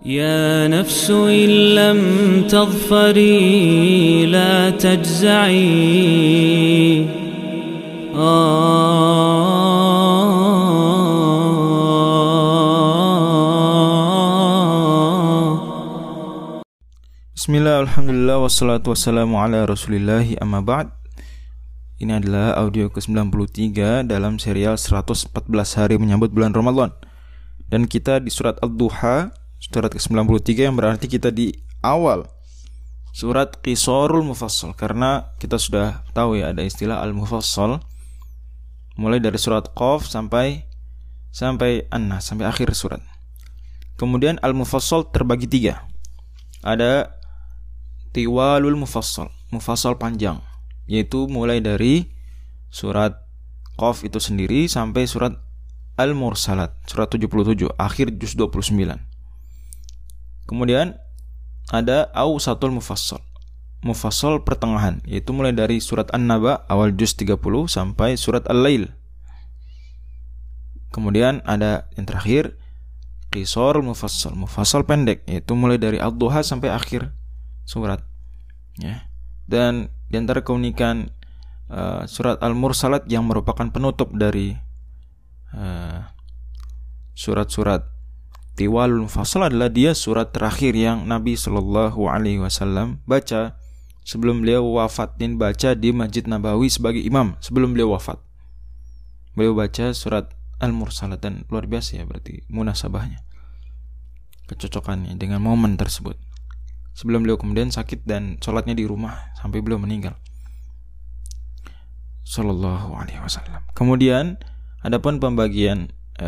يا نفس إن لم تظفري لا تجزعي Bismillah, alhamdulillah, wassalatu wassalamu ala rasulillahi amma ba'd. Ini adalah audio ke-93 dalam serial 114 hari menyambut bulan Ramadan. Dan kita di surat Ad-Duha, surat ke-93, yang berarti kita di awal surat Qisarul Mufassal. Karena kita sudah tahu ya, ada istilah Al-Mufassal, mulai dari surat Qaf sampai An-Nas, sampai akhir surat. Kemudian Al-Mufassal terbagi 3. Ada Tiwalul Mufassal, Mufassal panjang, yaitu mulai dari surat Qaf itu sendiri sampai surat Al-Mursalat, surat 77, akhir juz 29. Kemudian ada Awsatul Mufassal, Mufassal pertengahan, yaitu mulai dari surat An-Naba awal juz 30 sampai surat Al-Lail. Kemudian ada yang terakhir Qisarul Mufassal, Mufassal pendek, yaitu mulai dari Ad-Duha sampai akhir surat, ya. Dan di antara keunikan surat Al-Mursalat yang merupakan penutup dari surat-surat Tiwalul Mufassal adalah dia surat terakhir yang Nabi Shallallahu Alaihi Wasallam baca sebelum beliau wafat, dan baca di Masjid Nabawi sebagai imam sebelum beliau wafat. Beliau baca surat Al-Mursalat, dan luar biasa ya berarti munasabahnya, kecocokannya dengan momen tersebut. Sebelum beliau kemudian sakit dan sholatnya di rumah sampai beliau meninggal, Sallallahu Alaihi Wasallam. Kemudian adapun pembagian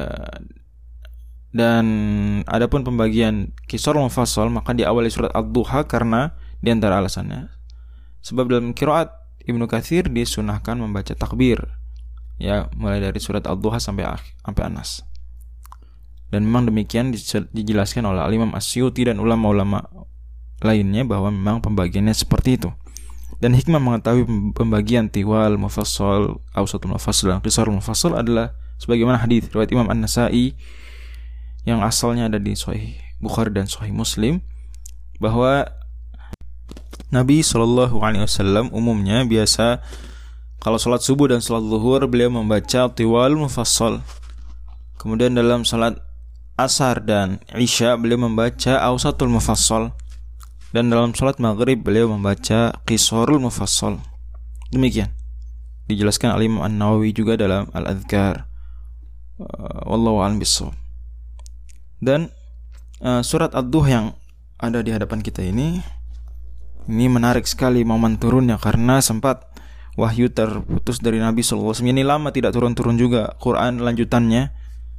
Qisarul Mufassal, maka diawali surat Ad-Duha karena di antara alasannya, sebab dalam qiraat Ibnu Katsir disunahkan membaca takbir, ya, mulai dari surat Ad-Duha sampai An-Nas. Dan memang demikian dijelaskan oleh Al-Imam As-Suyuti dan ulama-ulama lainnya bahwa memang pembagiannya seperti itu. Dan hikmah mengetahui pembagian Tiwal Mufassal, Awsatul Mufassal dan Qisarul Mufassal adalah sebagaimana hadis riwayat Imam An-Nasa'i yang asalnya ada di Sahih Bukhari dan Sahih Muslim, bahwa Nabi Shallallahu Alaihi Wasallam umumnya biasa kalau sholat subuh dan sholat zuhur beliau membaca Tiwal Mufassal. Kemudian dalam sholat asar dan isya beliau membaca Awsatul Mufassal. Dan dalam sholat maghrib beliau membaca Qisarul Mufassal. Demikian dijelaskan oleh Imam An-Nawawi juga dalam Al-Adhkar. Wallahu a'lam bishawab. Dan surat Ad-Duha yang ada di hadapan kita ini menarik sekali momen turunnya, karena sempat wahyu terputus dari Nabi sallallahu alaihi wasallam. Ini lama tidak turun-turun juga Quran lanjutannya,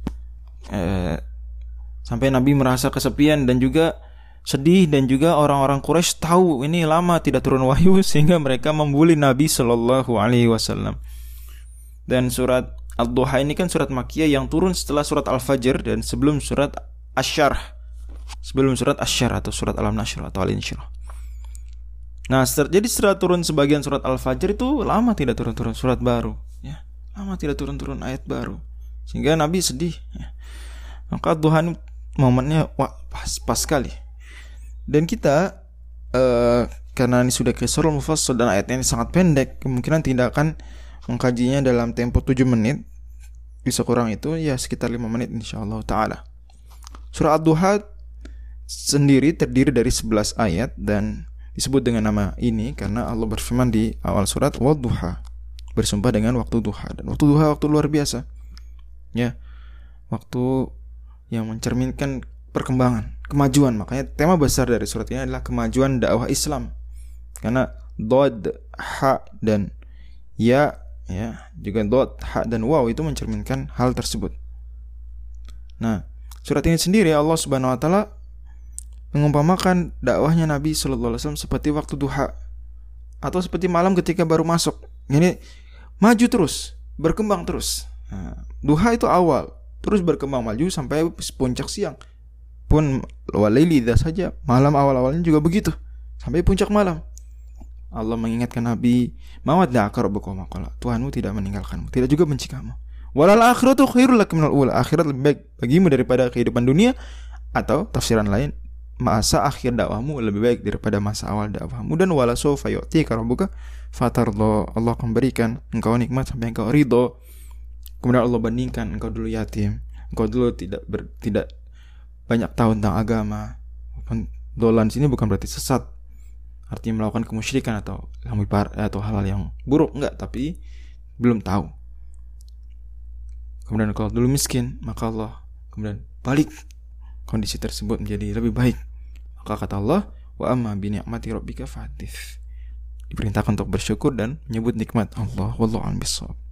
sampai Nabi merasa kesepian dan juga sedih, dan juga orang-orang Quraisy tahu ini lama tidak turun wahyu sehingga mereka membuli Nabi sallallahu alaihi wasallam. Dan surat Ad-Duha ini kan surat Makkiyah yang turun setelah surat Al-Fajr dan sebelum surat Asy-Syarh, sebelum surat Asy-Syarh atau surat Al-Nashr atau Al-Insyirah. Nah, jadi setelah turun sebagian surat Al-Fajr itu lama tidak turun-turun surat baru, ya. Lama tidak turun-turun ayat baru, sehingga Nabi sedih, ya. Maka Ad-Duha momennya pas sekali. Dan kita karena ini sudah Qisarul Mufassal dan ayatnya ini sangat pendek, kemungkinan tidak akan mengkajinya dalam tempo 7 menit. Bisa kurang itu ya sekitar 5 menit insyaallah ta'ala. Surah Ad-Duha sendiri terdiri dari 11 ayat dan disebut dengan nama ini karena Allah berfirman di awal surat, Wad-Duha, bersumpah dengan waktu duha. Dan waktu duha waktu luar biasa, ya, waktu yang mencerminkan perkembangan, kemajuan. Makanya tema besar dari surat ini adalah kemajuan dakwah Islam. Karena dod, ha dan ya, juga dod, ha dan waw itu mencerminkan hal tersebut. Nah, surat ini sendiri Allah Subhanahu wa taala mengumpamakan dakwahnya Nabi sallallahu alaihi wasallam seperti waktu duha atau seperti malam ketika baru masuk. Ini maju terus, berkembang terus. Nah, duha itu awal, terus berkembang maju sampai puncak siang. Pun walaili idza saja, malam awal-awalnya juga begitu sampai puncak malam. Allah mengingatkan Nabi, "Mawadda'aka rabbuka wa ma qala." Tuhanmu tidak meninggalkanmu, tidak juga benci kamu. Walal akhiratu khairul lak minal ula. Akhirat lebih baik bagimu daripada kehidupan dunia, atau tafsiran lain masa akhir dakwahmu lebih baik daripada masa awal dakwahmu. Dan wala sawfa yu'tika rabbuka fatarda, Allah akan berikan engkau nikmat sampai engkau ridho. Kemudian Allah bandingkan engkau dulu yatim, engkau dulu tidak banyak tahu tentang agama. Dolan sini bukan berarti sesat, artinya melakukan kemusyrikan atau hal-hal yang buruk, enggak, tapi belum tahu. Kemudian kalau dulu miskin, maka Allah kemudian balik kondisi tersebut menjadi lebih baik. Maka kata Allah, wa amma bi ni'mati rabbika fahaddits. Diperintahkan untuk bersyukur dan menyebut nikmat Allah. Wallahu a'lam bishawab.